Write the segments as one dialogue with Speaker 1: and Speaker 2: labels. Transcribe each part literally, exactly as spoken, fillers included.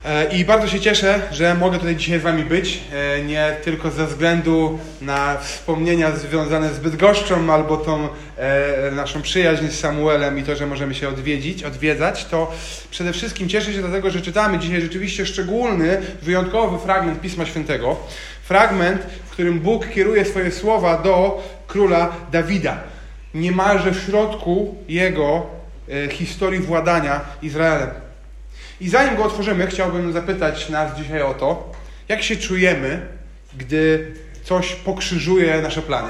Speaker 1: I bardzo się cieszę, że mogę tutaj dzisiaj z Wami być, nie tylko ze względu na wspomnienia związane z Bydgoszczą albo tą e, naszą przyjaźń z Samuelem i to, że możemy się odwiedzić, odwiedzać, to przede wszystkim cieszę się dlatego, że czytamy dzisiaj rzeczywiście szczególny, wyjątkowy fragment Pisma Świętego. Fragment, w którym Bóg kieruje swoje słowa do króla Dawida, niemalże w środku jego e, historii władania Izraelem. I zanim go otworzymy, chciałbym zapytać nas dzisiaj o to, jak się czujemy, gdy coś pokrzyżuje nasze plany.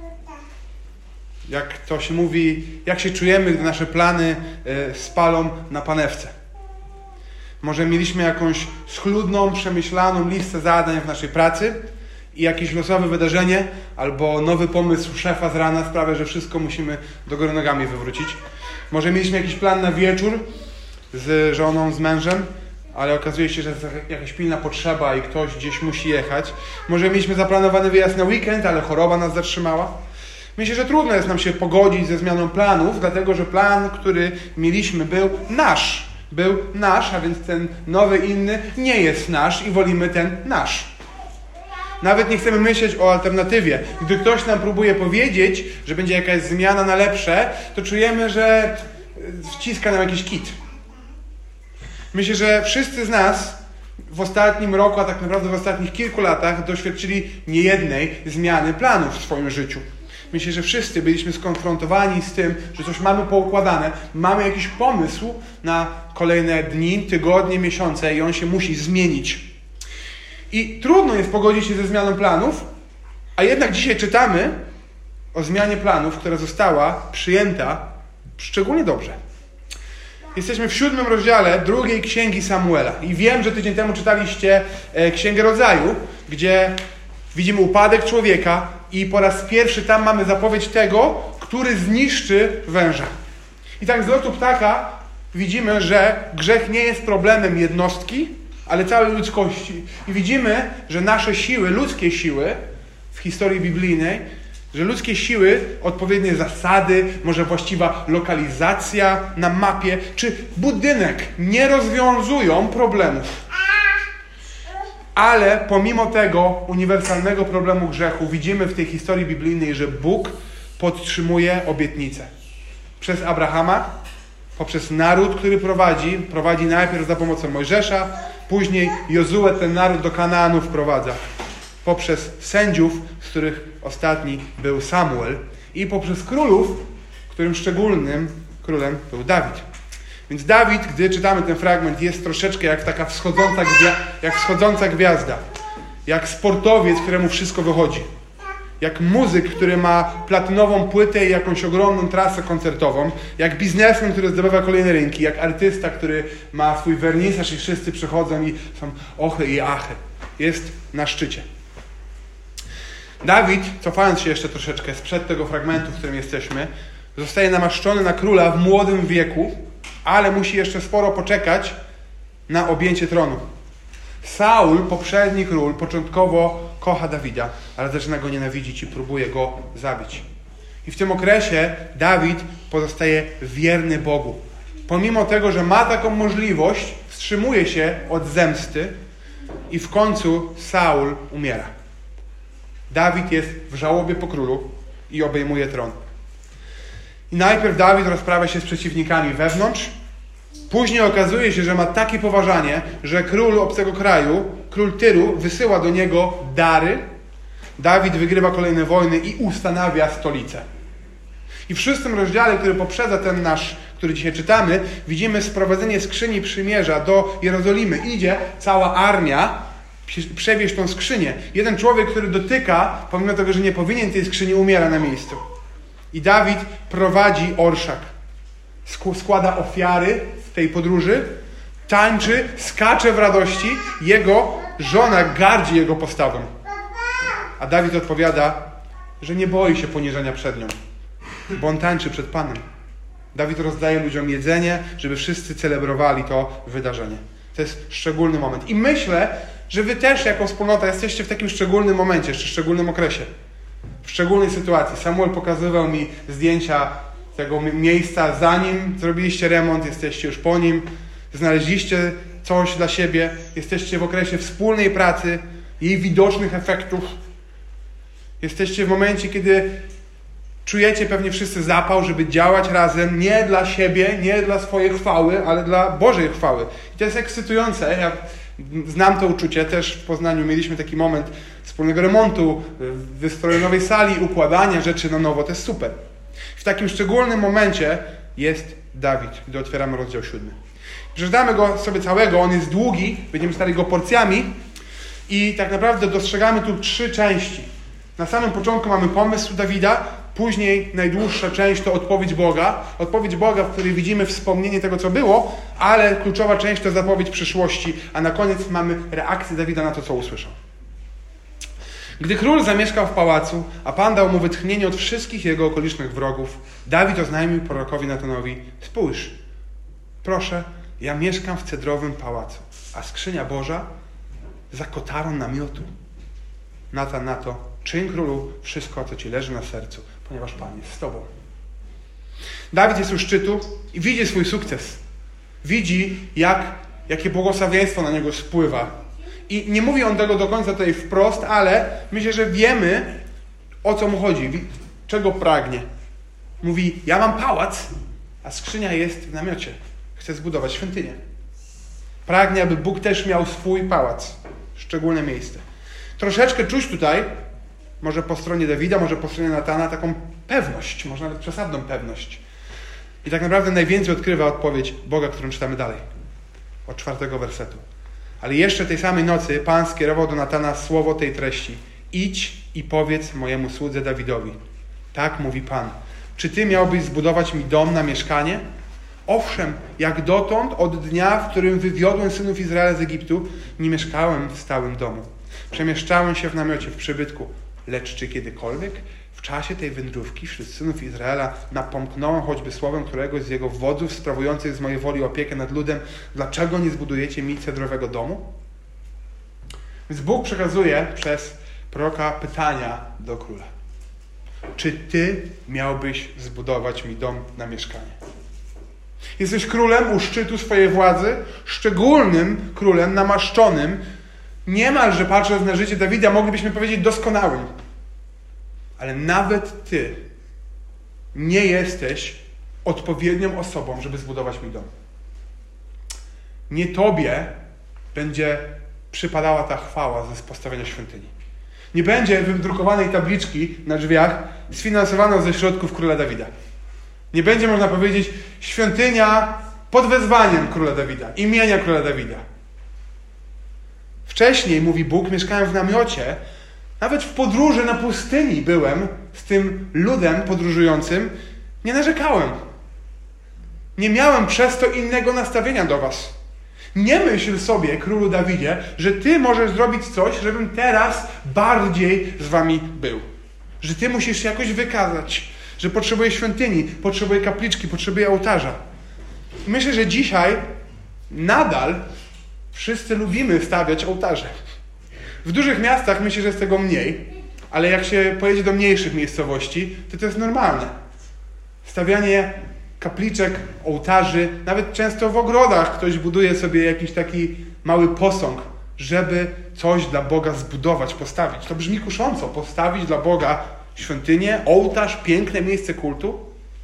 Speaker 1: Jak to się mówi, jak się czujemy, gdy nasze plany y, spalą na panewce. Może mieliśmy jakąś schludną, przemyślaną listę zadań w naszej pracy i jakieś losowe wydarzenie albo nowy pomysł szefa z rana sprawia, że wszystko musimy do góry nogami wywrócić. Może mieliśmy jakiś plan na wieczór z żoną, z mężem, ale okazuje się, że jest jakaś pilna potrzeba i ktoś gdzieś musi jechać. Może mieliśmy zaplanowany wyjazd na weekend, ale choroba nas zatrzymała. Myślę, że trudno jest nam się pogodzić ze zmianą planów, dlatego że plan, który mieliśmy, był nasz. Był nasz, a więc ten nowy, inny nie jest nasz i wolimy ten nasz. Nawet nie chcemy myśleć o alternatywie. Gdy ktoś nam próbuje powiedzieć, że będzie jakaś zmiana na lepsze, to czujemy, że wciska nam jakiś kit. Myślę, że wszyscy z nas w ostatnim roku, a tak naprawdę w ostatnich kilku latach doświadczyli niejednej zmiany planów w swoim życiu. Myślę, że wszyscy byliśmy skonfrontowani z tym, że coś mamy poukładane, mamy jakiś pomysł na kolejne dni, tygodnie, miesiące i on się musi zmienić. I trudno jest pogodzić się ze zmianą planów, a jednak dzisiaj czytamy o zmianie planów, która została przyjęta szczególnie dobrze. Jesteśmy w siódmym rozdziale drugiej księgi Samuela. I wiem, że tydzień temu czytaliście Księgę Rodzaju, gdzie widzimy upadek człowieka i po raz pierwszy tam mamy zapowiedź tego, który zniszczy węża. I tak z lotu ptaka widzimy, że grzech nie jest problemem jednostki, ale całej ludzkości. I widzimy, że nasze siły, ludzkie siły w historii biblijnej, że ludzkie siły, odpowiednie zasady, może właściwa lokalizacja na mapie, czy budynek nie rozwiązują problemów. Ale pomimo tego uniwersalnego problemu grzechu widzimy w tej historii biblijnej, że Bóg podtrzymuje obietnicę. Przez Abrahama, poprzez naród, który prowadzi, prowadzi najpierw za pomocą Mojżesza, później Jozue ten naród do Kanaanu wprowadza. Poprzez sędziów, z których ostatni był Samuel, i poprzez królów, którym szczególnym królem był Dawid. Więc Dawid, gdy czytamy ten fragment, jest troszeczkę jak taka wschodząca, gwia- jak wschodząca gwiazda, jak sportowiec, któremu wszystko wychodzi, jak muzyk, który ma platynową płytę i jakąś ogromną trasę koncertową, jak biznesmen, który zdobywa kolejne rynki, jak artysta, który ma swój wernisaż i wszyscy przychodzą i są ochy i achy. Jest na szczycie. Dawid, cofając się jeszcze troszeczkę sprzed tego fragmentu, w którym jesteśmy, zostaje namaszczony na króla w młodym wieku, ale musi jeszcze sporo poczekać na objęcie tronu. Saul, poprzedni król, początkowo kocha Dawida, ale zaczyna go nienawidzić i próbuje go zabić. I w tym okresie Dawid pozostaje wierny Bogu. Pomimo tego, że ma taką możliwość, wstrzymuje się od zemsty i w końcu Saul umiera. Dawid jest w żałobie po królu i obejmuje tron. I najpierw Dawid rozprawia się z przeciwnikami wewnątrz. Później okazuje się, że ma takie poważanie, że król obcego kraju, król Tyru, wysyła do niego dary. Dawid wygrywa kolejne wojny i ustanawia stolicę. I w szóstym rozdziale, który poprzedza ten nasz, który dzisiaj czytamy, widzimy sprowadzenie skrzyni przymierza do Jerozolimy. Idzie cała armia przewieźć tą skrzynię. Jeden człowiek, który dotyka, pomimo tego, że nie powinien tej skrzyni, umiera na miejscu. I Dawid prowadzi orszak. Składa ofiary w tej podróży, tańczy, skacze w radości. Jego żona gardzi jego postawą. A Dawid odpowiada, że nie boi się poniżenia przed nią, bo on tańczy przed Panem. Dawid rozdaje ludziom jedzenie, żeby wszyscy celebrowali to wydarzenie. To jest szczególny moment. I myślę, że wy też jako wspólnota jesteście w takim szczególnym momencie, jeszcze w szczególnym okresie. W szczególnej sytuacji. Samuel pokazywał mi zdjęcia tego miejsca, zanim zrobiliście remont, jesteście już po nim. Znaleźliście coś dla siebie. Jesteście w okresie wspólnej pracy, jej widocznych efektów. Jesteście w momencie, kiedy czujecie pewnie wszyscy zapał, żeby działać razem, nie dla siebie, nie dla swojej chwały, ale dla Bożej chwały. I to jest ekscytujące. Ja znam to uczucie. Też w Poznaniu mieliśmy taki moment wspólnego remontu, wystroju nowej sali, układania rzeczy na nowo. To jest super. W takim szczególnym momencie jest Dawid, gdy otwieramy rozdział siódmy. Przeczytamy go sobie całego, on jest długi, będziemy czytali go porcjami i tak naprawdę dostrzegamy tu trzy części. Na samym początku mamy pomysł Dawida, później najdłuższa część to odpowiedź Boga. Odpowiedź Boga, w której widzimy wspomnienie tego, co było, ale kluczowa część to zapowiedź przyszłości, a na koniec mamy reakcję Dawida na to, co usłyszał. Gdy król zamieszkał w pałacu, a Pan dał mu wytchnienie od wszystkich jego okolicznych wrogów, Dawid oznajmił prorokowi Natanowi: spójrz, proszę, ja mieszkam w cedrowym pałacu, a skrzynia Boża za kotarą namiotu. Natan na to: czyń królu wszystko, co ci leży na sercu, ponieważ Pan jest z tobą. Dawid jest u szczytu i widzi swój sukces. Widzi, jak, jakie błogosławieństwo na niego spływa. I nie mówi on tego do końca tutaj wprost, ale myślę, że wiemy, o co mu chodzi, czego pragnie. Mówi: ja mam pałac, a skrzynia jest w namiocie. Chcę zbudować świątynię. Pragnie, aby Bóg też miał swój pałac. Szczególne miejsce. Troszeczkę czuć tutaj, może po stronie Dawida, może po stronie Natana, taką pewność, może nawet przesadną pewność. I tak naprawdę najwięcej odkrywa odpowiedź Boga, którą czytamy dalej. Od czwartego wersetu. Ale jeszcze tej samej nocy Pan skierował do Natana słowo tej treści: idź i powiedz mojemu słudze Dawidowi. Tak mówi Pan. Czy ty miałbyś zbudować mi dom na mieszkanie? Owszem, jak dotąd, od dnia, w którym wywiodłem synów Izraela z Egiptu, nie mieszkałem w stałym domu. Przemieszczałem się w namiocie, w przybytku. Lecz czy kiedykolwiek w czasie tej wędrówki wśród synów Izraela napomknąłem choćby słowem któregoś z jego wodzów sprawujących z mojej woli opiekę nad ludem: dlaczego nie zbudujecie mi cedrowego domu? Więc Bóg przekazuje przez proroka pytania do króla. Czy ty miałbyś zbudować mi dom na mieszkanie? Jesteś królem u szczytu swojej władzy, szczególnym królem, namaszczonym, niemalże patrząc na życie Dawida, moglibyśmy powiedzieć doskonałym. Ale nawet ty nie jesteś odpowiednią osobą, żeby zbudować mi dom. Nie tobie będzie przypadała ta chwała ze postawienia świątyni. Nie będzie wydrukowanej tabliczki na drzwiach sfinansowaną ze środków króla Dawida. Nie będzie, można powiedzieć, świątynia pod wezwaniem króla Dawida, imienia króla Dawida. Wcześniej, mówi Bóg, mieszkałem w namiocie, nawet w podróży na pustyni byłem z tym ludem podróżującym, nie narzekałem. Nie miałem przez to innego nastawienia do was. Nie myśl sobie, królu Dawidzie, że ty możesz zrobić coś, żebym teraz bardziej z wami był. Że ty musisz się jakoś wykazać, że potrzebuję świątyni, potrzebuję kapliczki, potrzebuję ołtarza. Myślę, że dzisiaj nadal wszyscy lubimy stawiać ołtarze. W dużych miastach myślę, że jest tego mniej, ale jak się pojedzie do mniejszych miejscowości, to to jest normalne. Stawianie kapliczek, ołtarzy, nawet często w ogrodach ktoś buduje sobie jakiś taki mały posąg, żeby coś dla Boga zbudować, postawić. To brzmi kusząco, postawić dla Boga świątynię, ołtarz, piękne miejsce kultu.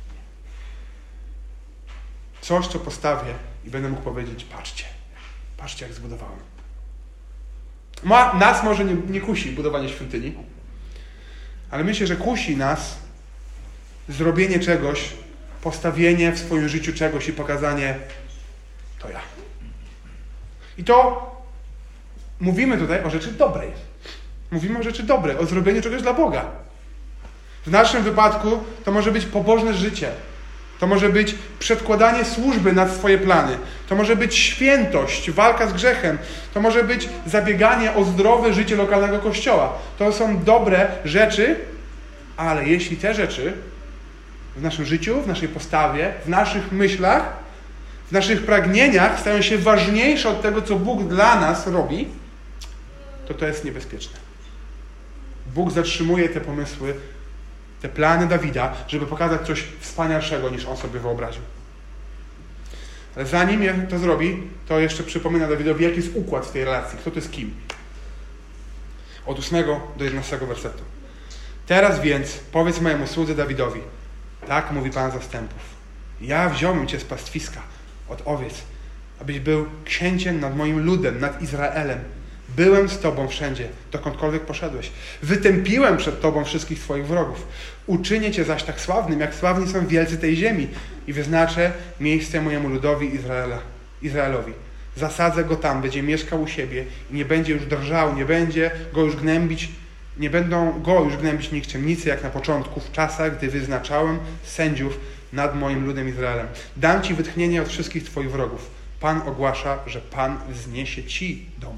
Speaker 1: Coś, co postawię i będę mógł powiedzieć: patrzcie, patrzcie jak zbudowałem. Ma, nas może nie, nie kusi budowanie świątyni, ale myślę, że kusi nas zrobienie czegoś, postawienie w swoim życiu czegoś i pokazanie: to ja. I to mówimy tutaj o rzeczy dobrej. Mówimy o rzeczy dobrej, o zrobieniu czegoś dla Boga. W naszym wypadku to może być pobożne życie. To może być przedkładanie służby nad swoje plany. To może być świętość, walka z grzechem. To może być zabieganie o zdrowe życie lokalnego kościoła. To są dobre rzeczy, ale jeśli te rzeczy w naszym życiu, w naszej postawie, w naszych myślach, w naszych pragnieniach stają się ważniejsze od tego, co Bóg dla nas robi, to to jest niebezpieczne. Bóg zatrzymuje te pomysły, te plany Dawida, żeby pokazać coś wspanialszego, niż on sobie wyobraził. Ale zanim to zrobi, to jeszcze przypomina Dawidowi, jaki jest układ w tej relacji, kto to jest kim. Od ósmego do jedenastego wersetu. Teraz więc powiedz mojemu słudze Dawidowi, tak mówi Pan zastępów, ja wziąłem Cię z pastwiska, od owiec, abyś był księciem nad moim ludem, nad Izraelem. Byłem z Tobą wszędzie, dokądkolwiek poszedłeś. Wytępiłem przed Tobą wszystkich Twoich wrogów. Uczynię Cię zaś tak sławnym, jak sławni są wielcy tej ziemi i wyznaczę miejsce mojemu ludowi Izraela, Izraelowi. Zasadzę go tam, będzie mieszkał u siebie i nie będzie już drżał, nie będzie go już gnębić, nie będą go już gnębić nikczemnicy, jak na początku, w czasach, gdy wyznaczałem sędziów nad moim ludem Izraelem. Dam Ci wytchnienie od wszystkich Twoich wrogów. Pan ogłasza, że Pan wzniesie Ci dom.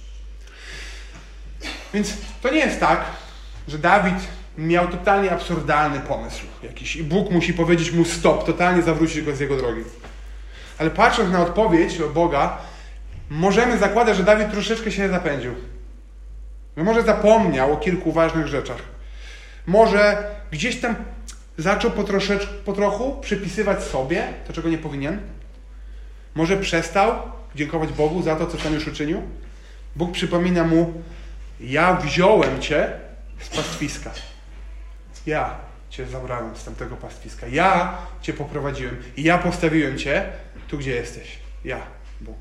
Speaker 1: Więc to nie jest tak, że Dawid miał totalnie absurdalny pomysł jakiś i Bóg musi powiedzieć mu stop, totalnie zawrócić go z jego drogi. Ale patrząc na odpowiedź od Boga, możemy zakładać, że Dawid troszeczkę się zapędził. Że może zapomniał o kilku ważnych rzeczach. Może gdzieś tam zaczął po, troszecz, po trochu przypisywać sobie to, czego nie powinien. Może przestał dziękować Bogu za to, co Pan już uczynił. Bóg przypomina mu, ja wziąłem Cię z pastwiska. Ja Cię zabrałem z tamtego pastwiska. Ja Cię poprowadziłem. I ja postawiłem Cię tu, gdzie jesteś. Ja, Bóg.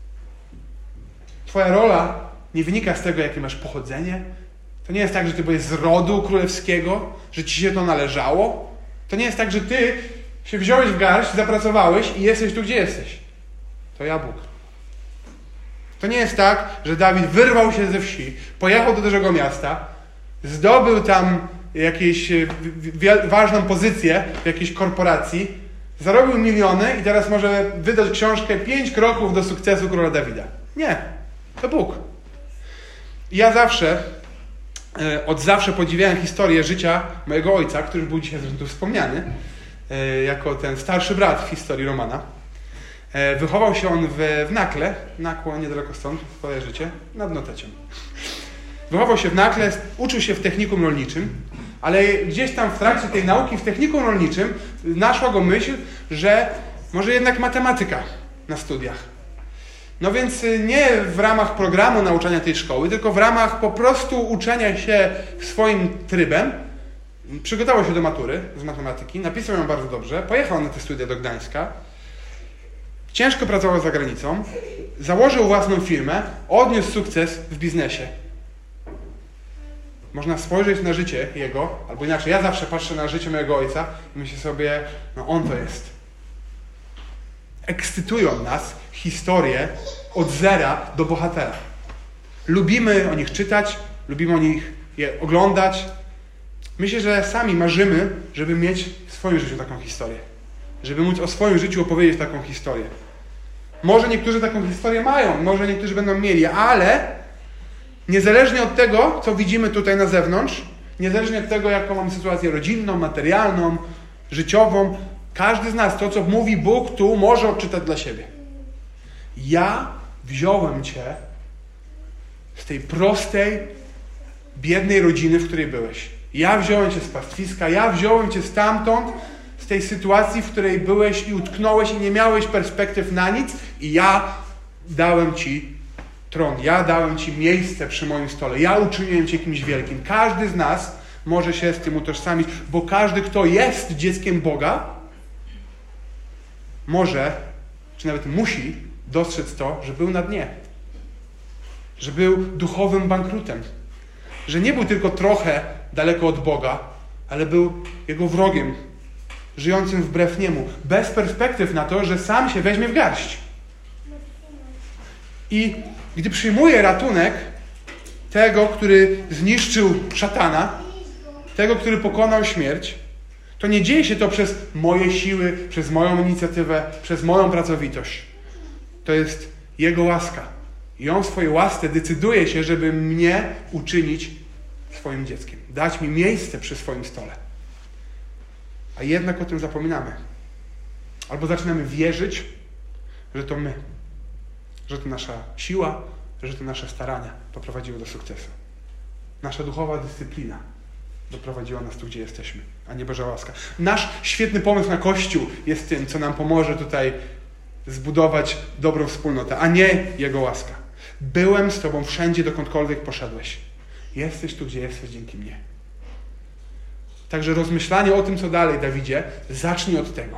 Speaker 1: Twoja rola nie wynika z tego, jakie masz pochodzenie. To nie jest tak, że Ty byłeś z rodu królewskiego, że Ci się to należało. To nie jest tak, że Ty się wziąłeś w garść, zapracowałeś i jesteś tu, gdzie jesteś. To ja, Bóg. To nie jest tak, że Dawid wyrwał się ze wsi, pojechał do dużego miasta, zdobył tam jakąś ważną pozycję w jakiejś korporacji, zarobił miliony i teraz może wydać książkę Pięć kroków do sukcesu króla Dawida. Nie. To Bóg. I ja zawsze, od zawsze podziwiałem historię życia mojego ojca, który był dzisiaj zresztą wspomniany, jako ten starszy brat w historii Romana. Wychował się on w, w Nakle, Nakło niedaleko stąd, kojarzycie, nad Notecią. Wychował się w Nakle, uczył się w technikum rolniczym, ale gdzieś tam w trakcie tej nauki w technikum rolniczym naszła go myśl, że może jednak matematyka na studiach. No więc nie w ramach programu nauczania tej szkoły, tylko w ramach po prostu uczenia się swoim trybem przygotował się do matury z matematyki, napisał ją bardzo dobrze, pojechał na te studia do Gdańska, ciężko pracował za granicą, założył własną firmę, odniósł sukces w biznesie. Można spojrzeć na życie jego, albo inaczej, ja zawsze patrzę na życie mojego ojca i myślę sobie, no on to jest. Ekscytują nas historie od zera do bohatera. Lubimy o nich czytać, lubimy o nich je oglądać. Myślę, że sami marzymy, żeby mieć w swoim życiu taką historię. Żeby móc o swoim życiu opowiedzieć taką historię. Może niektórzy taką historię mają, może niektórzy będą mieli, ale niezależnie od tego, co widzimy tutaj na zewnątrz, niezależnie od tego, jaką mamy sytuację rodzinną, materialną, życiową, każdy z nas to, co mówi Bóg, tu może odczytać dla siebie. Ja wziąłem Cię z tej prostej, biednej rodziny, w której byłeś. Ja wziąłem Cię z pastwiska, ja wziąłem Cię stamtąd, z tej sytuacji, w której byłeś i utknąłeś i nie miałeś perspektyw na nic i ja dałem Ci tron, ja dałem Ci miejsce przy moim stole, ja uczyniłem Cię kimś wielkim. Każdy z nas może się z tym utożsamić, bo każdy, kto jest dzieckiem Boga, może, czy nawet musi dostrzec to, że był na dnie. Że był duchowym bankrutem. Że nie był tylko trochę daleko od Boga, ale był Jego wrogiem, żyjącym wbrew Niemu, bez perspektyw na to, że sam się weźmie w garść. I gdy przyjmuje ratunek tego, który zniszczył szatana, tego, który pokonał śmierć, to nie dzieje się to przez moje siły, przez moją inicjatywę, przez moją pracowitość. To jest Jego łaska. I On w swojej łasce decyduje się, żeby mnie uczynić swoim dzieckiem. Dać mi miejsce przy swoim stole. A jednak o tym zapominamy. Albo zaczynamy wierzyć, że to my. Że to nasza siła, że to nasze starania doprowadziły do sukcesu. Nasza duchowa dyscyplina doprowadziła nas tu, gdzie jesteśmy, a nie Boża łaska. Nasz świetny pomysł na Kościół jest tym, co nam pomoże tutaj zbudować dobrą wspólnotę, a nie Jego łaska. Byłem z Tobą wszędzie, dokądkolwiek poszedłeś. Jesteś tu, gdzie jesteś dzięki mnie. Także rozmyślanie o tym, co dalej, Dawidzie, zacznij od tego.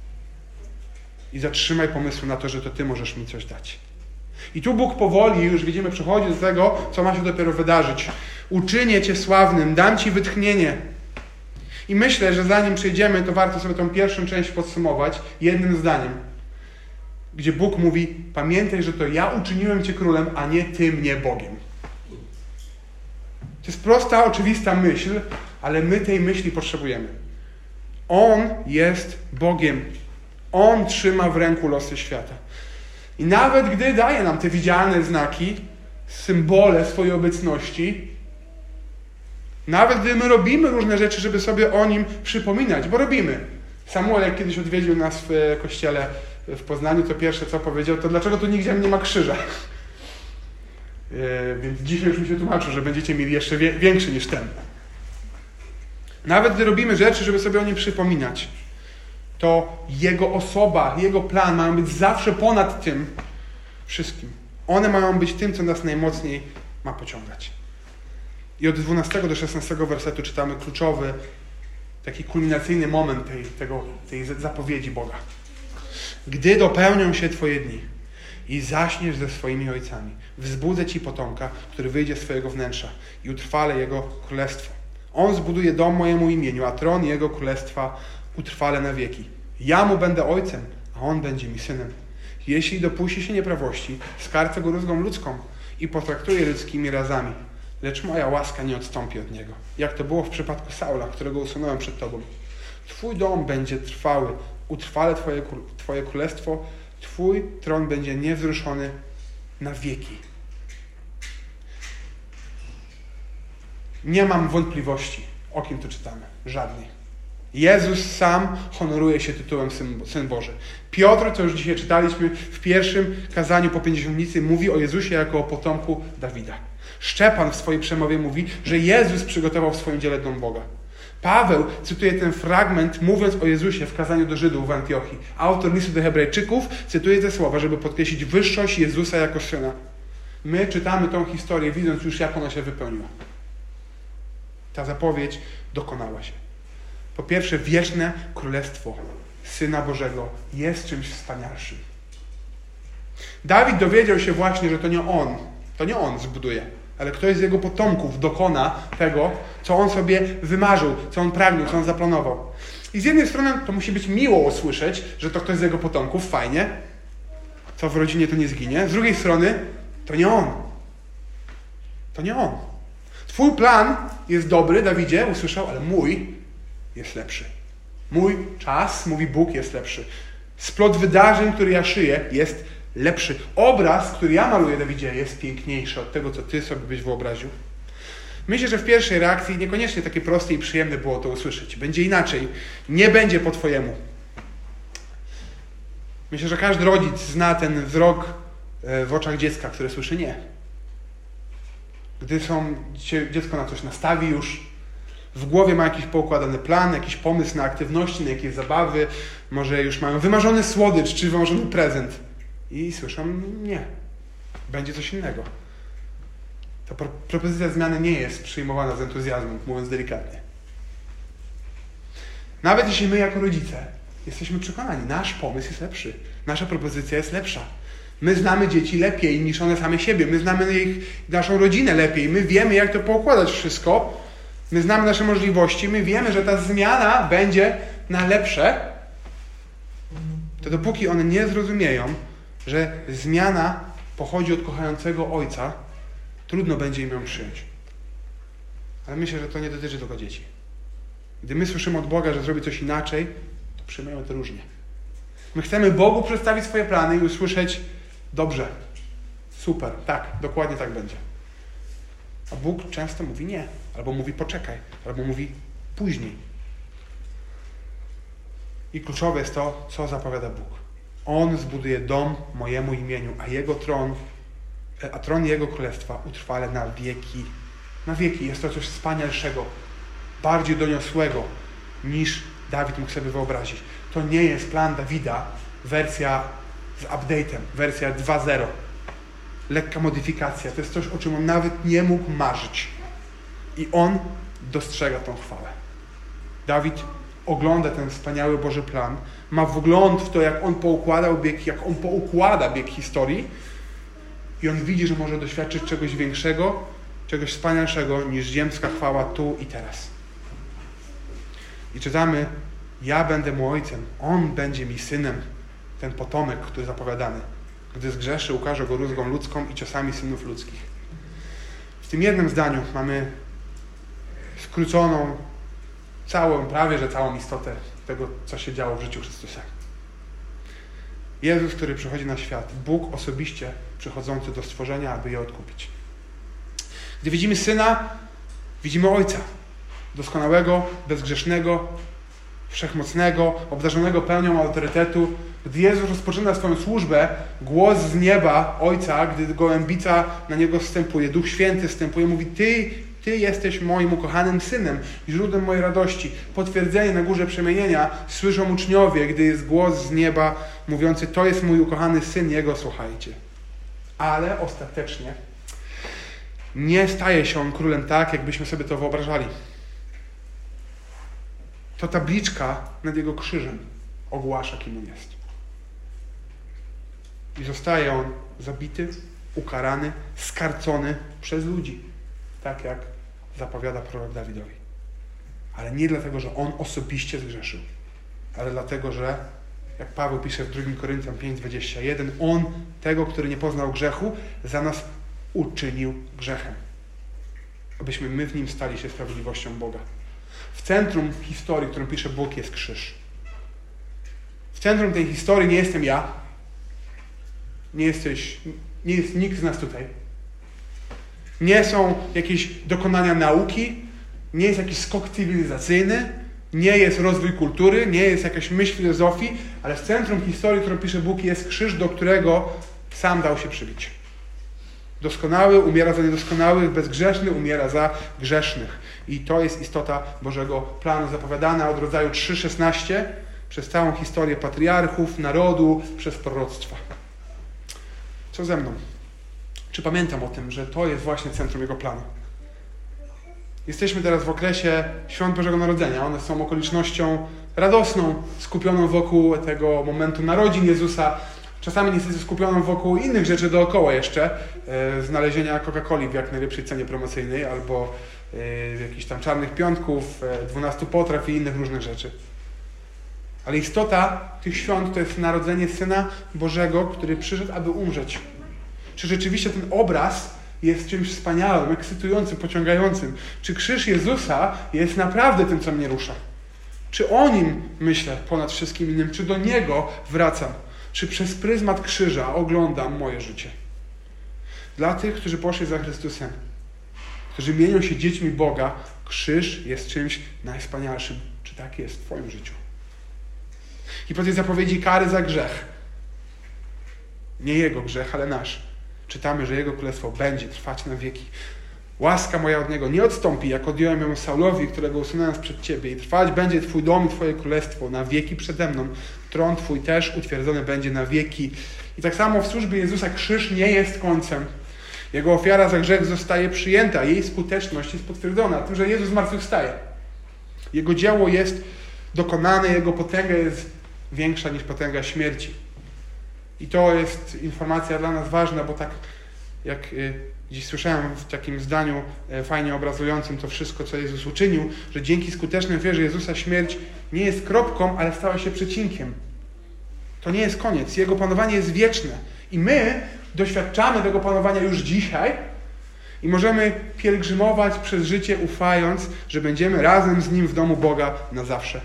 Speaker 1: I zatrzymaj pomysł na to, że to Ty możesz mi coś dać. I tu Bóg powoli, już widzimy, przechodzi do tego, co ma się dopiero wydarzyć. Uczynię Cię sławnym, dam Ci wytchnienie. I myślę, że zanim przejdziemy, to warto sobie tą pierwszą część podsumować jednym zdaniem. Gdzie Bóg mówi, pamiętaj, że to ja uczyniłem Cię królem, a nie Ty mnie Bogiem. To jest prosta, oczywista myśl, ale my tej myśli potrzebujemy. On jest Bogiem. On trzyma w ręku losy świata. I nawet gdy daje nam te widzialne znaki, symbole swojej obecności, nawet gdy my robimy różne rzeczy, żeby sobie o Nim przypominać, bo robimy. Samuel, jak kiedyś odwiedził nas w kościele w Poznaniu, to pierwsze co powiedział, to dlaczego tu nigdzie nie ma krzyża? Yy, więc dzisiaj już mi się tłumaczył, że będziecie mieli jeszcze wie, większy niż ten. Nawet gdy robimy rzeczy, żeby sobie o Nim przypominać, to Jego osoba, Jego plan mają być zawsze ponad tym wszystkim. One mają być tym, co nas najmocniej ma pociągać. I od dwunastego do szesnastego wersetu czytamy kluczowy, taki kulminacyjny moment tej, tego, tej zapowiedzi Boga. Gdy dopełnią się Twoje dni i zaśniesz ze swoimi ojcami, wzbudzę Ci potomka, który wyjdzie z Twojego wnętrza i utrwalę Jego królestwo. On zbuduje dom mojemu imieniu, a tron Jego królestwa utrwalę na wieki. Ja mu będę ojcem, a on będzie mi synem. Jeśli dopuści się nieprawości, skarcę go rózgą ludzką i potraktuje ludzkimi razami. Lecz moja łaska nie odstąpi od niego, jak to było w przypadku Saula, którego usunąłem przed Tobą. Twój dom będzie trwały, utrwalę Twoje, twoje królestwo, Twój tron będzie niewzruszony na wieki. Nie mam wątpliwości, o kim tu czytamy. Żadnej. Jezus sam honoruje się tytułem Syn, Syn Boży. Piotr, co już dzisiaj czytaliśmy w pierwszym kazaniu po pięćdziesiątnicy, mówi o Jezusie jako o potomku Dawida. Szczepan w swojej przemowie mówi, że Jezus przygotował w swoim dziele dom Boga. Paweł cytuje ten fragment, mówiąc o Jezusie w kazaniu do Żydów w Antiochii. Autor listu do Hebrajczyków cytuje te słowa, żeby podkreślić wyższość Jezusa jako Syna. My czytamy tą historię, widząc już, jak ona się wypełniła. Ta zapowiedź dokonała się. Po pierwsze, wieczne królestwo Syna Bożego jest czymś wspanialszym. Dawid dowiedział się właśnie, że to nie on, to nie on zbuduje, ale ktoś z jego potomków dokona tego, co on sobie wymarzył, co on pragnił, co on zaplanował. I z jednej strony to musi być miło usłyszeć, że to ktoś z jego potomków, fajnie, co w rodzinie to nie zginie. Z drugiej strony to nie on. To nie on. Twój plan jest dobry, Dawidzie, usłyszał, ale mój jest lepszy. Mój czas, mówi Bóg, jest lepszy. Splot wydarzeń, który ja szyję, jest lepszy. Obraz, który ja maluję, Dawidzie, jest piękniejszy od tego, co ty sobie byś wyobraził. Myślę, że w pierwszej reakcji niekoniecznie takie proste i przyjemne było to usłyszeć. Będzie inaczej. Nie będzie po twojemu. Myślę, że każdy rodzic zna ten wzrok w oczach dziecka, które słyszy nie. Gdy są, dziecko na coś nastawi już, w głowie ma jakiś poukładany plan, jakiś pomysł na aktywności, na jakieś zabawy, może już mają wymarzony słodycz czy wymarzony prezent i słyszą nie. Będzie coś innego. Ta pro- propozycja zmiany nie jest przyjmowana z entuzjazmem, mówiąc delikatnie. Nawet jeśli my jako rodzice jesteśmy przekonani, nasz pomysł jest lepszy, nasza propozycja jest lepsza. My znamy dzieci lepiej niż one same siebie, my znamy ich, naszą rodzinę lepiej, my wiemy, jak to poukładać wszystko, my znamy nasze możliwości, my wiemy, że ta zmiana będzie na lepsze, to dopóki one nie zrozumieją, że zmiana pochodzi od kochającego Ojca, trudno będzie im ją przyjąć. Ale myślę, że to nie dotyczy tylko dzieci. Gdy my słyszymy od Boga, że zrobi coś inaczej, to przyjmują to różnie. My chcemy Bogu przedstawić swoje plany i usłyszeć dobrze, super, tak, dokładnie tak będzie. A Bóg często mówi nie, albo mówi poczekaj, albo mówi później. I kluczowe jest to, co zapowiada Bóg. On zbuduje dom mojemu imieniu, a jego tron, a tron jego królestwa utrwale na wieki. Na wieki jest to coś wspanialszego, bardziej doniosłego, niż Dawid mógł sobie wyobrazić. To nie jest plan Dawida, wersja z update'em, wersja dwa zero. Lekka modyfikacja. To jest coś, o czym on nawet nie mógł marzyć. I on dostrzega tą chwałę. Dawid ogląda ten wspaniały Boży plan, ma wgląd w to, jak on poukładał bieg, jak on poukłada bieg historii i on widzi, że może doświadczyć czegoś większego, czegoś wspanialszego niż ziemska chwała tu i teraz. I czytamy, ja będę mu ojcem, on będzie mi synem, ten potomek, który zapowiadany. Gdy zgrzeszy, ukaże go rózgą ludzką i ciosami synów ludzkich. W tym jednym zdaniu mamy skróconą całą, prawie że całą istotę tego, co się działo w życiu Chrystusa. Jezus, który przychodzi na świat, Bóg osobiście przychodzący do stworzenia, aby je odkupić. Gdy widzimy Syna, widzimy Ojca, doskonałego, bezgrzesznego, wszechmocnego, obdarzonego pełnią autorytetu. Gdy Jezus rozpoczyna swoją służbę, głos z nieba Ojca, gdy gołębica na Niego wstępuje, Duch Święty wstępuje, mówi: Ty, Ty jesteś moim ukochanym Synem i źródłem mojej radości. Potwierdzenie na górze przemienienia słyszą uczniowie, gdy jest głos z nieba mówiący: To jest mój ukochany Syn, Jego słuchajcie. Ale ostatecznie nie staje się On królem tak, jakbyśmy sobie to wyobrażali. To tabliczka nad Jego krzyżem ogłasza, kim On jest. I zostaje On zabity, ukarany, skarcony przez ludzi. Tak jak zapowiada prorok Dawidowi. Ale nie dlatego, że On osobiście zgrzeszył, ale dlatego, że, jak Paweł pisze w drugim Koryntian pięć dwadzieścia jeden, On, tego, który nie poznał grzechu, za nas uczynił grzechem. Abyśmy my w Nim stali się sprawiedliwością Boga. W centrum historii, którą pisze Bóg, jest krzyż. W centrum tej historii nie jestem ja. Nie jesteś, nie jest nikt z nas tutaj. Nie są jakieś dokonania nauki, nie jest jakiś skok cywilizacyjny, nie jest rozwój kultury, nie jest jakaś myśl filozofii, ale w centrum historii, którą pisze Bóg, jest krzyż, do którego sam dał się przybić. Doskonały umiera za niedoskonałych, bezgrzeszny umiera za grzesznych. I to jest istota Bożego planu, zapowiadana od rodzaju trzy szesnaście przez całą historię patriarchów, narodu, przez proroctwa. Co ze mną? Czy pamiętam o tym, że to jest właśnie centrum Jego planu? Jesteśmy teraz w okresie Świąt Bożego Narodzenia. One są okolicznością radosną, skupioną wokół tego momentu narodzin Jezusa. Czasami niestety skupioną wokół innych rzeczy dookoła jeszcze. E, znalezienia Coca-Coli w jak najlepszej cenie promocyjnej, albo e, jakichś tam czarnych piątków, e, dwunastu potraw i innych różnych rzeczy. Ale istota tych świąt to jest narodzenie Syna Bożego, który przyszedł, aby umrzeć. Czy rzeczywiście ten obraz jest czymś wspaniałym, ekscytującym, pociągającym? Czy krzyż Jezusa jest naprawdę tym, co mnie rusza? Czy o Nim myślę ponad wszystkim innym? Czy do Niego wracam? Czy przez pryzmat krzyża oglądam moje życie? Dla tych, którzy poszli za Chrystusem, którzy mienią się dziećmi Boga, krzyż jest czymś najwspanialszym. Czy tak jest w Twoim życiu? I po tej zapowiedzi kary za grzech, nie Jego grzech, ale nasz, czytamy, że Jego królestwo będzie trwać na wieki. Łaska moja od Niego nie odstąpi, jak odjąłem ją Saulowi, którego usunąłem sprzed Ciebie. I trwać będzie Twój dom i Twoje królestwo na wieki przede mną. Tron Twój też utwierdzony będzie na wieki. I tak samo w służbie Jezusa krzyż nie jest końcem. Jego ofiara za grzech zostaje przyjęta. Jej skuteczność jest potwierdzona tym, że Jezus zmartwychwstaje. Jego dzieło jest dokonane, Jego potęga jest większa niż potęga śmierci. I to jest informacja dla nas ważna, bo tak jak dziś słyszałem w takim zdaniu fajnie obrazującym to wszystko, co Jezus uczynił, że dzięki skutecznej ofierze Jezusa śmierć nie jest kropką, ale stała się przecinkiem. To nie jest koniec. Jego panowanie jest wieczne. I my doświadczamy tego panowania już dzisiaj i możemy pielgrzymować przez życie, ufając, że będziemy razem z Nim w domu Boga na zawsze.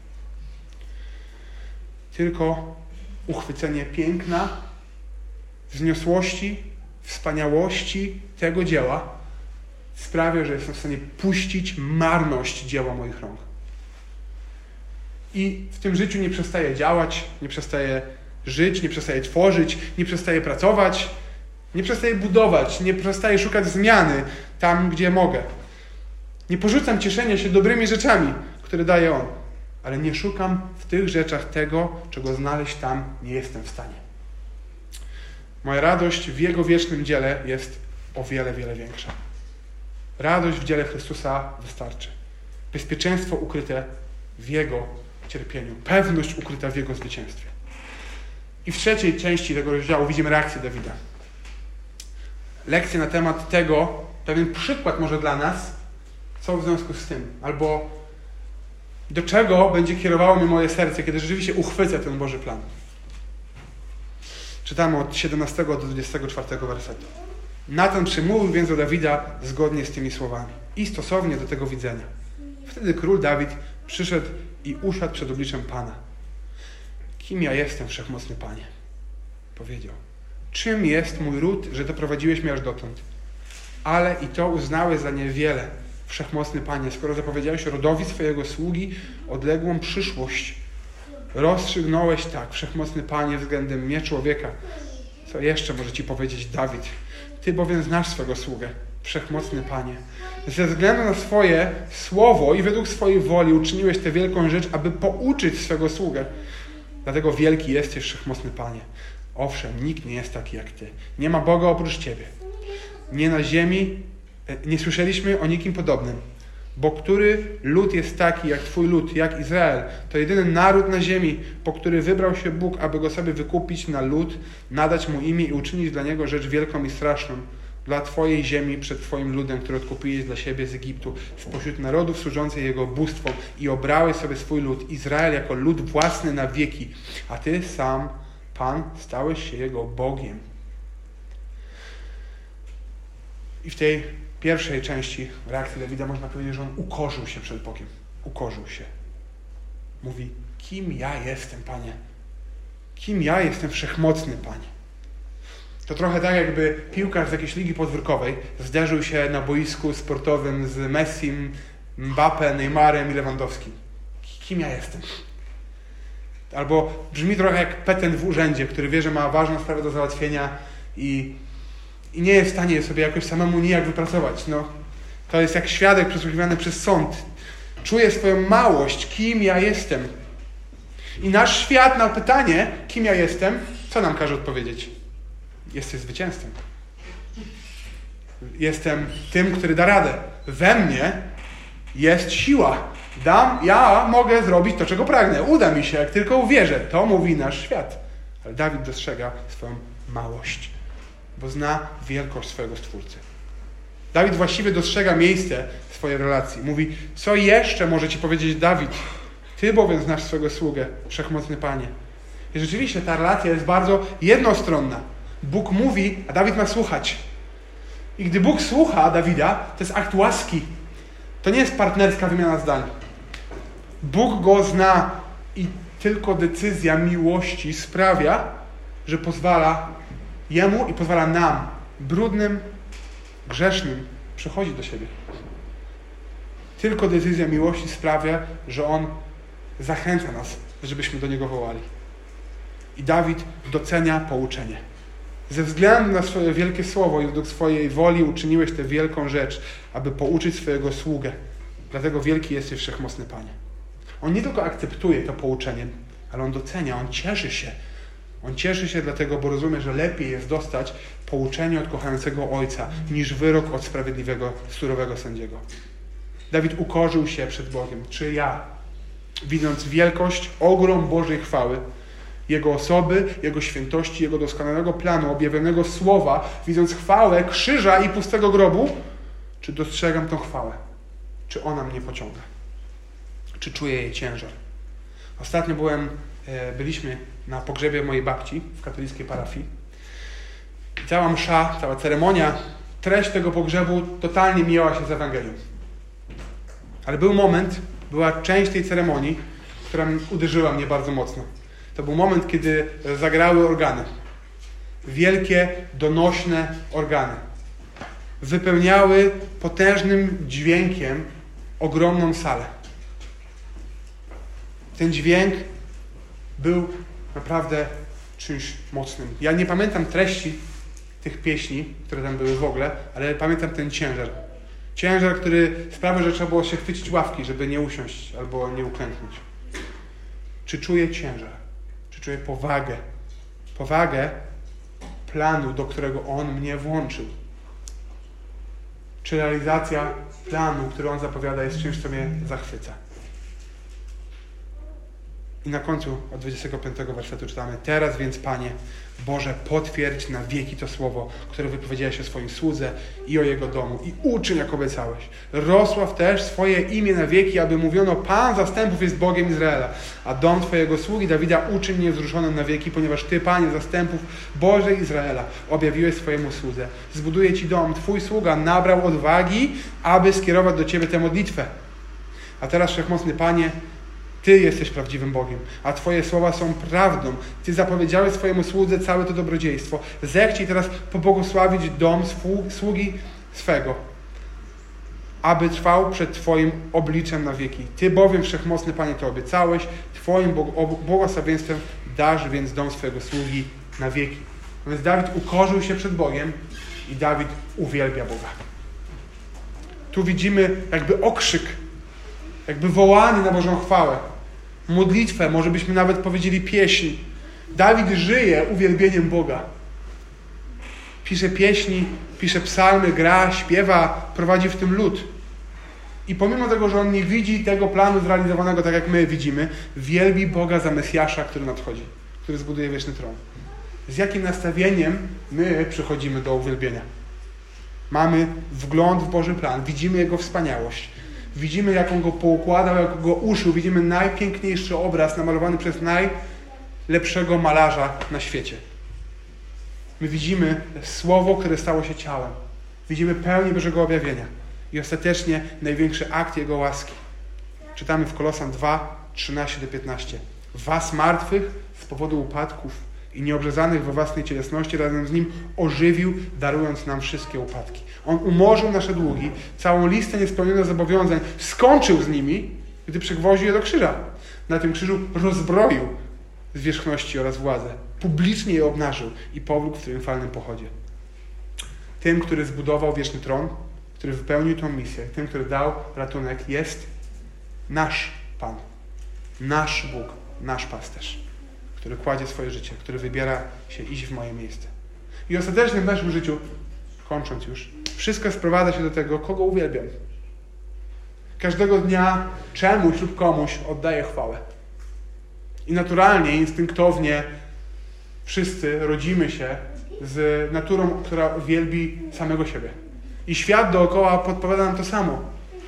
Speaker 1: Tylko uchwycenie piękna, wzniosłości, wspaniałości tego dzieła sprawia, że jestem w stanie puścić marność dzieła moich rąk. I w tym życiu nie przestaję działać, nie przestaję żyć, nie przestaję tworzyć, nie przestaję pracować, nie przestaję budować, nie przestaję szukać zmiany tam, gdzie mogę. Nie porzucam cieszenia się dobrymi rzeczami, które daje On, ale nie szukam w tych rzeczach tego, czego znaleźć tam nie jestem w stanie. Moja radość w Jego wiecznym dziele jest o wiele, wiele większa. Radość w dziele Chrystusa wystarczy. Bezpieczeństwo ukryte w Jego cierpieniu. Pewność ukryta w Jego zwycięstwie. I w trzeciej części tego rozdziału widzimy reakcję Dawida. Lekcje na temat tego, pewien przykład może dla nas, co w związku z tym, albo do czego będzie kierowało mnie moje serce, kiedy rzeczywiście uchwycę ten Boży plan. Czytamy od siedemnastego do dwudziestego czwartego wersetu. Natan przemówił więc do Dawida zgodnie z tymi słowami i stosownie do tego widzenia. Wtedy król Dawid przyszedł i usiadł przed obliczem Pana. Kim ja jestem, wszechmocny Panie? Powiedział. Czym jest mój ród, że doprowadziłeś mnie aż dotąd? Ale i to uznałeś za niewiele, wszechmocny Panie, skoro zapowiedziałeś rodowi swojego sługi odległą przyszłość. Rozstrzygnąłeś tak, wszechmocny Panie, względem mnie, człowieka. Co jeszcze może Ci powiedzieć Dawid? Ty bowiem znasz swego sługę, wszechmocny Panie. Ze względu na swoje słowo i według swojej woli uczyniłeś tę wielką rzecz, aby pouczyć swego sługę. Dlatego wielki jesteś, wszechmocny Panie. Owszem, nikt nie jest taki jak Ty. Nie ma Boga oprócz Ciebie. Nie na ziemi, nie słyszeliśmy o nikim podobnym. Bo który lud jest taki jak Twój lud, jak Izrael? To jedyny naród na ziemi, po który wybrał się Bóg, aby go sobie wykupić na lud, nadać mu imię i uczynić dla niego rzecz wielką i straszną. Dla Twojej ziemi, przed Twoim ludem, który odkupiłeś dla siebie z Egiptu, spośród narodów służących jego bóstwom i obrałeś sobie swój lud, Izrael, jako lud własny na wieki. A Ty sam, Pan, stałeś się jego Bogiem. I w tej pierwszej części reakcji Dawida można powiedzieć, że on ukorzył się przed Bogiem. Ukorzył się. Mówi, kim ja jestem, Panie? Kim ja jestem, wszechmocny Panie? To trochę tak, jakby piłkarz z jakiejś ligi podwórkowej zderzył się na boisku sportowym z Messim, Mbappé, Neymarem i Lewandowskim. Kim ja jestem? Albo brzmi trochę jak petent w urzędzie, który wie, że ma ważną sprawę do załatwienia i, i nie jest w stanie sobie jakoś samemu nijak wypracować. No, to jest jak świadek przesłuchiwany przez sąd. Czuje swoją małość, kim ja jestem. I nasz świat na pytanie, kim ja jestem, co nam każe odpowiedzieć? Jesteś zwycięzcą. Jestem tym, który da radę. We mnie jest siła. Dam, ja mogę zrobić to, czego pragnę. Uda mi się, jak tylko uwierzę. To mówi nasz świat. Ale Dawid dostrzega swoją małość, bo zna wielkość swojego Stwórcy. Dawid właściwie dostrzega miejsce swojej relacji. Mówi, co jeszcze może Ci powiedzieć Dawid? Ty bowiem znasz swego sługę, wszechmocny Panie. I rzeczywiście ta relacja jest bardzo jednostronna. Bóg mówi, a Dawid ma słuchać. I gdy Bóg słucha Dawida, to jest akt łaski. To nie jest partnerska wymiana zdań. Bóg go zna i tylko decyzja miłości sprawia, że pozwala Jemu i pozwala nam, brudnym, grzesznym, przychodzić do siebie. Tylko decyzja miłości sprawia, że On zachęca nas, żebyśmy do Niego wołali. I Dawid docenia pouczenie. Ze względu na swoje wielkie słowo i według swojej woli uczyniłeś tę wielką rzecz, aby pouczyć swojego sługę. Dlatego wielki jesteś, wszechmocny Panie. On nie tylko akceptuje to pouczenie, ale on docenia, on cieszy się. On cieszy się dlatego, bo rozumie, że lepiej jest dostać pouczenie od kochającego Ojca, niż wyrok od sprawiedliwego, surowego sędziego. Dawid ukorzył się przed Bogiem. Czy ja, widząc wielkość, ogrom Bożej chwały, Jego osoby, Jego świętości, Jego doskonałego planu, objawionego słowa, widząc chwałę krzyża i pustego grobu, czy dostrzegam tą chwałę? Czy ona mnie pociąga? Czy czuję jej ciężar? Ostatnio byłem, byliśmy na pogrzebie mojej babci w katolickiej parafii. I cała msza, cała ceremonia, treść tego pogrzebu totalnie mijała się z Ewangelią. Ale był moment, była część tej ceremonii, która uderzyła mnie bardzo mocno. To był moment, kiedy zagrały organy. Wielkie, donośne organy. Wypełniały potężnym dźwiękiem ogromną salę. Ten dźwięk był naprawdę czymś mocnym. Ja nie pamiętam treści tych pieśni, które tam były w ogóle, ale pamiętam ten ciężar. Ciężar, który sprawił, że trzeba było się chwycić ławki, żeby nie usiąść albo nie uklęknąć. Czy czuję ciężar? Czy czuję powagę? Powagę planu, do którego On mnie włączył? Czy realizacja planu, który On zapowiada, jest czymś, co mnie zachwyca? I na końcu od dwudziestego piątego wersetu czytamy: teraz więc, Panie Boże, potwierdź na wieki to słowo, które wypowiedziałeś o swoim słudze i o jego domu, i uczyń, jak obiecałeś. Rozsław też swoje imię na wieki, aby mówiono: Pan zastępów jest Bogiem Izraela, a dom Twojego sługi Dawida uczyń niewzruszonym na wieki, ponieważ Ty, Panie zastępów, Boże Izraela, objawiłeś swojemu słudze. Zbuduję Ci dom, Twój sługa nabrał odwagi, aby skierować do Ciebie tę modlitwę. A teraz, Wszechmocny Panie, Ty jesteś prawdziwym Bogiem, a Twoje słowa są prawdą. Ty zapowiedziałeś swojemu słudze całe to dobrodziejstwo. Zechciej teraz pobłogosławić dom sługi swego, aby trwał przed Twoim obliczem na wieki. Ty bowiem, Wszechmocny Panie, to obiecałeś. Twoim błogosławieństwem dasz więc dom swojego sługi na wieki. Więc Dawid ukorzył się przed Bogiem i Dawid uwielbia Boga. Tu widzimy jakby okrzyk, jakby wołanie na Bożą chwałę. Modlitwę, może byśmy nawet powiedzieli pieśń. Dawid żyje uwielbieniem Boga. Pisze pieśni, pisze psalmy, gra, śpiewa, prowadzi w tym lud. I pomimo tego, że on nie widzi tego planu zrealizowanego tak jak my widzimy, wielbi Boga za Mesjasza, który nadchodzi, który zbuduje wieczny tron. Z jakim nastawieniem my przychodzimy do uwielbienia? Mamy wgląd w Boży plan, widzimy Jego wspaniałość. Widzimy, jak On go poukładał, jak go uszył. Widzimy najpiękniejszy obraz namalowany przez najlepszego malarza na świecie. My widzimy Słowo, które stało się ciałem. Widzimy pełnię Bożego objawienia. I ostatecznie największy akt Jego łaski. Czytamy w Kolosan dwa, trzynaście do piętnastu. Was martwych z powodu upadków i nieobrzezanych we własnej cielesności razem z Nim ożywił, darując nam wszystkie upadki. On umorzył nasze długi, całą listę niespełnionych zobowiązań, skończył z nimi, gdy przygwoździł je do krzyża. Na tym krzyżu rozbroił zwierzchności oraz władzę. Publicznie je obnażył i powlókł w triumfalnym pochodzie. Tym, który zbudował wieczny tron, który wypełnił tę misję, tym, który dał ratunek, jest nasz Pan, nasz Bóg, nasz pasterz, który kładzie swoje życie, który wybiera się iść w moje miejsce. I ostatecznie w naszym życiu, kończąc już, wszystko sprowadza się do tego, kogo uwielbiam. Każdego dnia czemuś lub komuś oddaję chwałę. I naturalnie, instynktownie wszyscy rodzimy się z naturą, która wielbi samego siebie. I świat dookoła podpowiada nam to samo.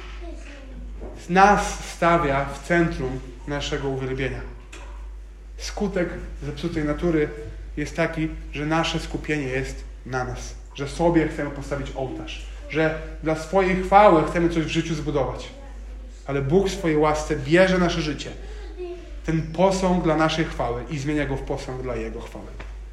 Speaker 1: Nas stawia w centrum naszego uwielbienia. Skutek zepsutej natury jest taki, że nasze skupienie jest na nas. Że sobie chcemy postawić ołtarz. Że dla swojej chwały chcemy coś w życiu zbudować. Ale Bóg w swojej łasce bierze nasze życie. Ten posąg dla naszej chwały i zmienia go w posąg dla Jego chwały.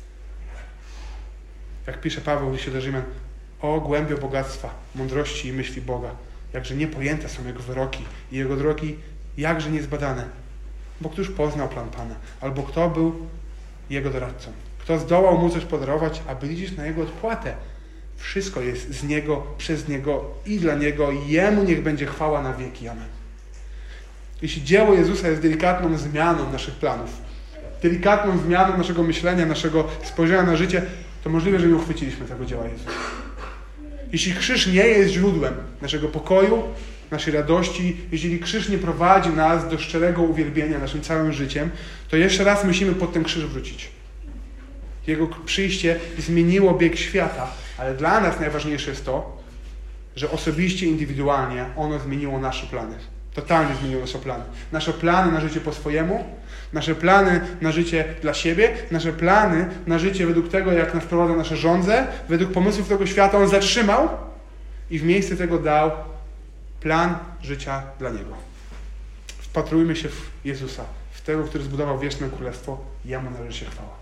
Speaker 1: Jak pisze Paweł w liście do Rzymian: o głębio bogactwa, mądrości i myśli Boga. Jakże niepojęte są Jego wyroki i Jego drogi jakże niezbadane. Bo któż poznał plan Pana? Albo kto był Jego doradcą? Kto zdołał Mu coś podarować, aby liczyć na Jego odpłatę? Wszystko jest z Niego, przez Niego i dla Niego. I Jemu niech będzie chwała na wieki. Amen. Jeśli dzieło Jezusa jest delikatną zmianą naszych planów, delikatną zmianą naszego myślenia, naszego spojrzenia na życie, to możliwe, że nie uchwyciliśmy tego dzieła Jezusa. Jeśli krzyż nie jest źródłem naszego pokoju, naszej radości, jeżeli krzyż nie prowadzi nas do szczerego uwielbienia naszym całym życiem, to jeszcze raz musimy pod ten krzyż wrócić. Jego przyjście zmieniło bieg świata, ale dla nas najważniejsze jest to, że osobiście, indywidualnie ono zmieniło nasze plany. Totalnie zmieniło nasze plany. Nasze plany na życie po swojemu, nasze plany na życie dla siebie, nasze plany na życie według tego, jak nas prowadza nasze żądze, według pomysłów tego świata on zatrzymał i w miejsce tego dał plan życia dla Niego. Wpatrujmy się w Jezusa, w tego, który zbudował wieczne królestwo. Jemu należy się chwała.